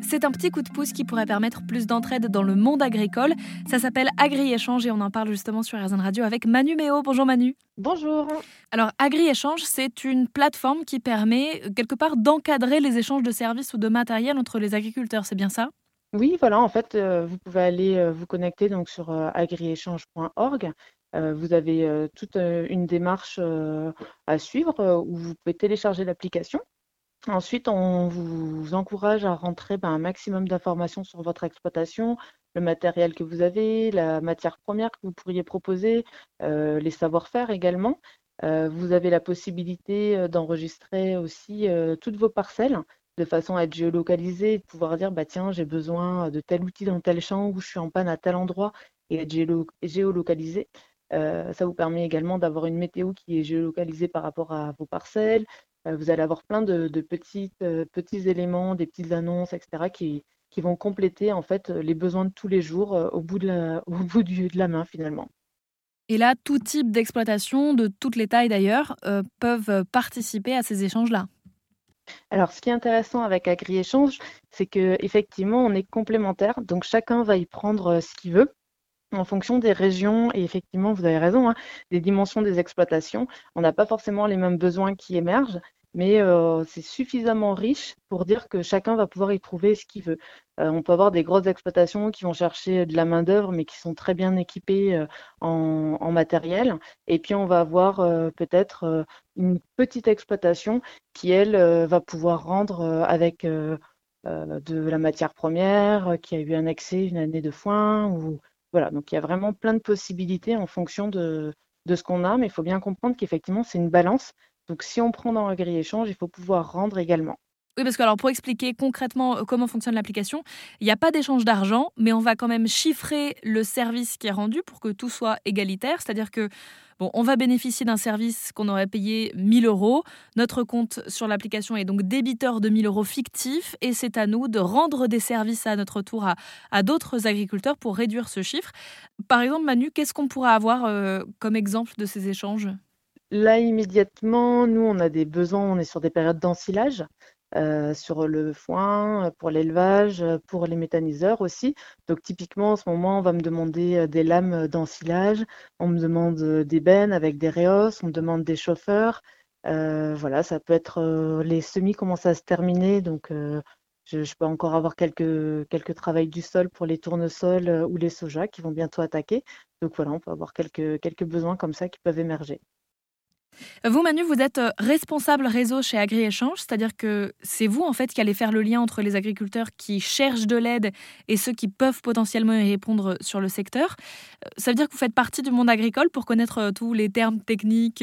C'est un petit coup de pouce qui pourrait permettre plus d'entraide dans le monde agricole. Ça s'appelle Agri-Échange et on en parle justement sur RZN Radio avec Manu Méo. Bonjour Manu. Bonjour. Alors Agri-Échange, c'est une plateforme qui permet quelque part d'encadrer les échanges de services ou de matériel entre les agriculteurs, c'est bien ça ? Oui, voilà, en fait, vous pouvez aller vous connecter donc sur agriéchange.org. Vous avez toute une démarche à suivre où vous pouvez télécharger l'application. Ensuite, on vous encourage à rentrer un maximum d'informations sur votre exploitation, le matériel que vous avez, la matière première que vous pourriez proposer, les savoir-faire également. Vous avez la possibilité d'enregistrer aussi toutes vos parcelles de façon à être géolocalisé et de pouvoir dire tiens, j'ai besoin de tel outil dans tel champ ou je suis en panne à tel endroit et être géolocalisé. Ça vous permet également d'avoir une météo qui est géolocalisée par rapport à vos parcelles. Vous allez avoir plein de petits éléments, des petites annonces, etc. qui vont compléter en fait les besoins de tous les jours au bout de la main finalement. Et là, tout type d'exploitation, de toutes les tailles d'ailleurs, peuvent participer à ces échanges-là. Alors, ce qui est intéressant avec Agri-Échange, c'est qu'effectivement, on est complémentaires. Donc, chacun va y prendre ce qu'il veut en fonction des régions. Et effectivement, vous avez raison, hein, des dimensions des exploitations. On n'a pas forcément les mêmes besoins qui émergent, mais c'est suffisamment riche pour dire que chacun va pouvoir y trouver ce qu'il veut. On peut avoir des grosses exploitations qui vont chercher de la main-d'œuvre, mais qui sont très bien équipées en matériel. Et puis, on va avoir peut-être une petite exploitation qui, elle, va pouvoir rendre avec de la matière première, qui a eu un excès une année de foin. Voilà, donc il y a vraiment plein de possibilités en fonction de ce qu'on a, mais il faut bien comprendre qu'effectivement, c'est une balance. Donc, si on prend dans Agri-Échange, il faut pouvoir rendre également. Oui, parce que alors pour expliquer concrètement comment fonctionne l'application, il n'y a pas d'échange d'argent, mais on va quand même chiffrer le service qui est rendu pour que tout soit égalitaire. C'est-à-dire que on va bénéficier d'un service qu'on aurait payé 1 000 €. Notre compte sur l'application est donc débiteur de 1 000 € fictifs et c'est à nous de rendre des services à notre tour à d'autres agriculteurs pour réduire ce chiffre. Par exemple, Manu, qu'est-ce qu'on pourrait avoir comme exemple de ces échanges ? Là, immédiatement, nous, on a des besoins, on est sur des périodes d'ensilage, sur le foin, pour l'élevage, pour les méthaniseurs aussi. Donc, typiquement, en ce moment, on va me demander des lames d'ensilage, on me demande des bennes avec des réos, on me demande des chauffeurs. Voilà, ça peut être les semis commencent à se terminer, donc je peux encore avoir quelques travails du sol pour les tournesols ou les sojas qui vont bientôt attaquer. Donc voilà, on peut avoir quelques besoins comme ça qui peuvent émerger. Vous, Manu, vous êtes responsable réseau chez Agri-Échange, c'est-à-dire que c'est vous, en fait, qui allez faire le lien entre les agriculteurs qui cherchent de l'aide et ceux qui peuvent potentiellement y répondre sur le secteur. Ça veut dire que vous faites partie du monde agricole pour connaître tous les termes techniques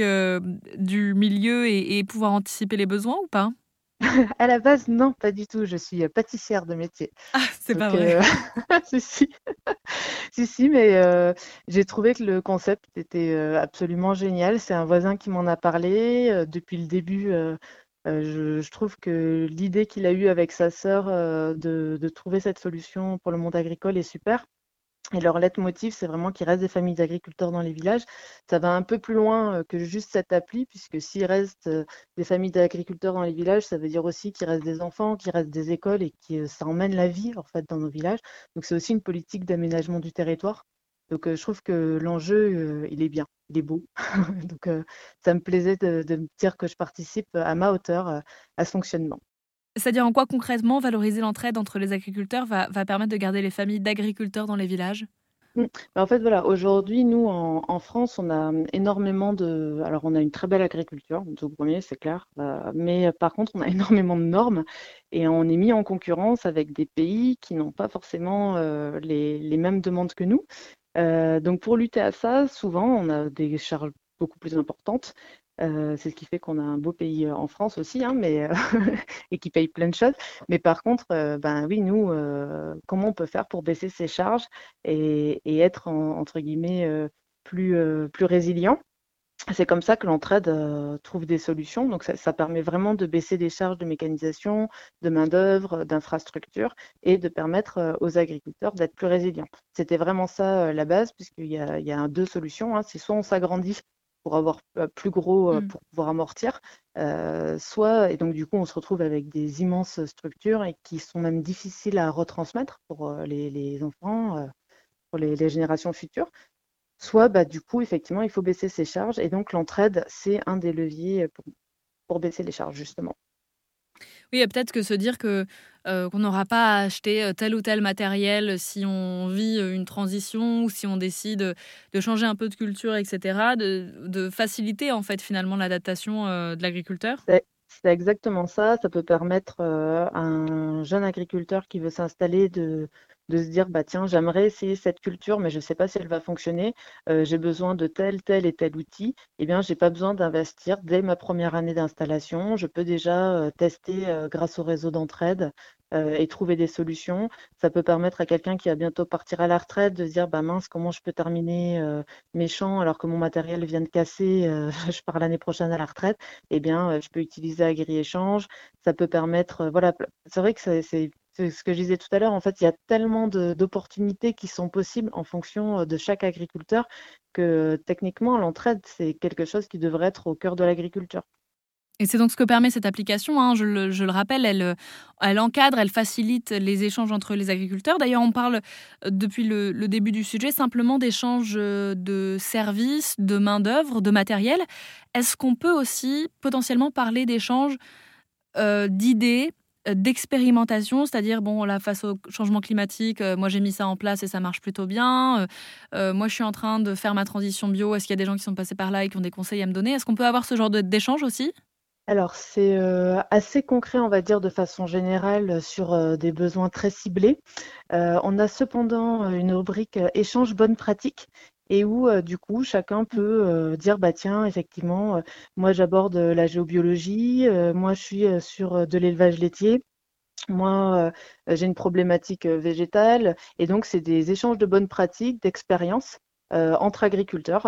du milieu et pouvoir anticiper les besoins ou pas ? À la base, non, pas du tout. Je suis pâtissière de métier. Ah, c'est pas Donc, vrai. si, si. Si, si, mais j'ai trouvé que le concept était absolument génial. C'est un voisin qui m'en a parlé depuis le début. Je trouve que l'idée qu'il a eue avec sa sœur de trouver cette solution pour le monde agricole est super. Et leur leitmotiv, c'est vraiment qu'il reste des familles d'agriculteurs dans les villages. Ça va un peu plus loin que juste cette appli, puisque s'il reste des familles d'agriculteurs dans les villages, ça veut dire aussi qu'il reste des enfants, qu'il reste des écoles et que ça emmène la vie en fait dans nos villages. Donc c'est aussi une politique d'aménagement du territoire. Donc je trouve que l'enjeu, il est bien, il est beau. Donc ça me plaisait de me dire que je participe à ma hauteur à ce fonctionnement. C'est-à-dire en quoi concrètement valoriser l'entraide entre les agriculteurs va permettre de garder les familles d'agriculteurs dans les villages ? En fait, voilà, aujourd'hui, nous, en France, on a énormément de. Alors, on a une très belle agriculture, tout premier, c'est clair. Mais par contre, on a énormément de normes et on est mis en concurrence avec des pays qui n'ont pas forcément les mêmes demandes que nous. Donc, pour lutter à ça, souvent, on a des charges beaucoup plus importantes. C'est ce qui fait qu'on a un beau pays en France aussi, hein, mais, et qui paye plein de choses. Mais par contre, ben oui, nous, comment on peut faire pour baisser ces charges et être, entre guillemets, plus résilient? C'est comme ça que l'entraide trouve des solutions. Donc, ça permet vraiment de baisser des charges de mécanisation, de main-d'œuvre, d'infrastructure et de permettre aux agriculteurs d'être plus résilients. C'était vraiment ça la base, puisqu'il y a deux solutions, hein. C'est soit on s'agrandit pour avoir plus gros, Mm. pour pouvoir amortir. Soit et donc du coup, on se retrouve avec des immenses structures et qui sont même difficiles à retransmettre pour, les enfants, pour les générations futures. Soit, bah, du coup, effectivement, il faut baisser ses charges et donc l'entraide, c'est un des leviers, pour baisser les charges, justement. Oui, et peut-être que se dire que qu'on n'aura pas à acheter tel ou tel matériel si on vit une transition ou si on décide de changer un peu de culture, etc., de faciliter en fait finalement l'adaptation de l'agriculteur. C'est exactement ça. Ça peut permettre, à un jeune agriculteur qui veut s'installer de se dire: «Bah, tiens, j'aimerais essayer cette culture, mais je ne sais pas si elle va fonctionner. J'ai besoin de tel, tel et tel outil». Eh bien, j'ai pas besoin d'investir dès ma première année d'installation. Je peux déjà, tester, grâce au réseau d'entraide, et trouver des solutions. Ça peut permettre à quelqu'un qui va bientôt partir à la retraite de se dire: «Bah, mince, comment je peux terminer, mes champs alors que mon matériel vient de casser, je pars l'année prochaine à la retraite». Eh bien, je peux utiliser AgriÉchange. Ça peut permettre, voilà, c'est vrai que c'est ce que je disais tout à l'heure, en fait, il y a tellement d'opportunités qui sont possibles en fonction, de chaque agriculteur que, techniquement, l'entraide, c'est quelque chose qui devrait être au cœur de l'agriculture. Et c'est donc ce que permet cette application, hein, je le rappelle, elle encadre, elle facilite les échanges entre les agriculteurs. D'ailleurs, on parle depuis le début du sujet simplement d'échanges de services, de main-d'œuvre, de matériel. Est-ce qu'on peut aussi potentiellement parler d'échanges d'idées, d'expérimentation, c'est-à-dire, bon, là, face au changement climatique, moi, j'ai mis ça en place et ça marche plutôt bien. Moi, je suis en train de faire ma transition bio. Est-ce qu'il y a des gens qui sont passés par là et qui ont des conseils à me donner? Est-ce qu'on peut avoir ce genre d'échange aussi? Alors, c'est, assez concret, on va dire, de façon générale, sur, des besoins très ciblés. On a cependant, une rubrique, échanges bonnes pratiques et où, du coup, chacun peut, dire: «Bah, tiens, effectivement, moi j'aborde, la géobiologie, moi je suis, sur, de l'élevage laitier. Moi, j'ai une problématique, végétale» et donc c'est des échanges de bonnes pratiques, d'expériences, entre agriculteurs,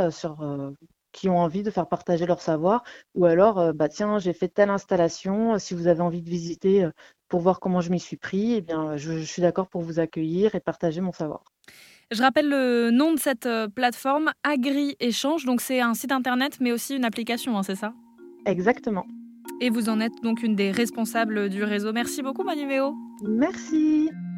qui ont envie de faire partager leur savoir ou alors, «Bah, tiens, j'ai fait telle installation, si vous avez envie de visiter, pour voir comment je m'y suis pris, eh bien, je suis d'accord pour vous accueillir et partager mon savoir». Je rappelle le nom de cette plateforme, AgriÉchange. Donc, c'est un site internet, mais aussi une application, hein, c'est ça? Exactement. Et vous en êtes donc une des responsables du réseau. Merci beaucoup, Manuméo. Merci.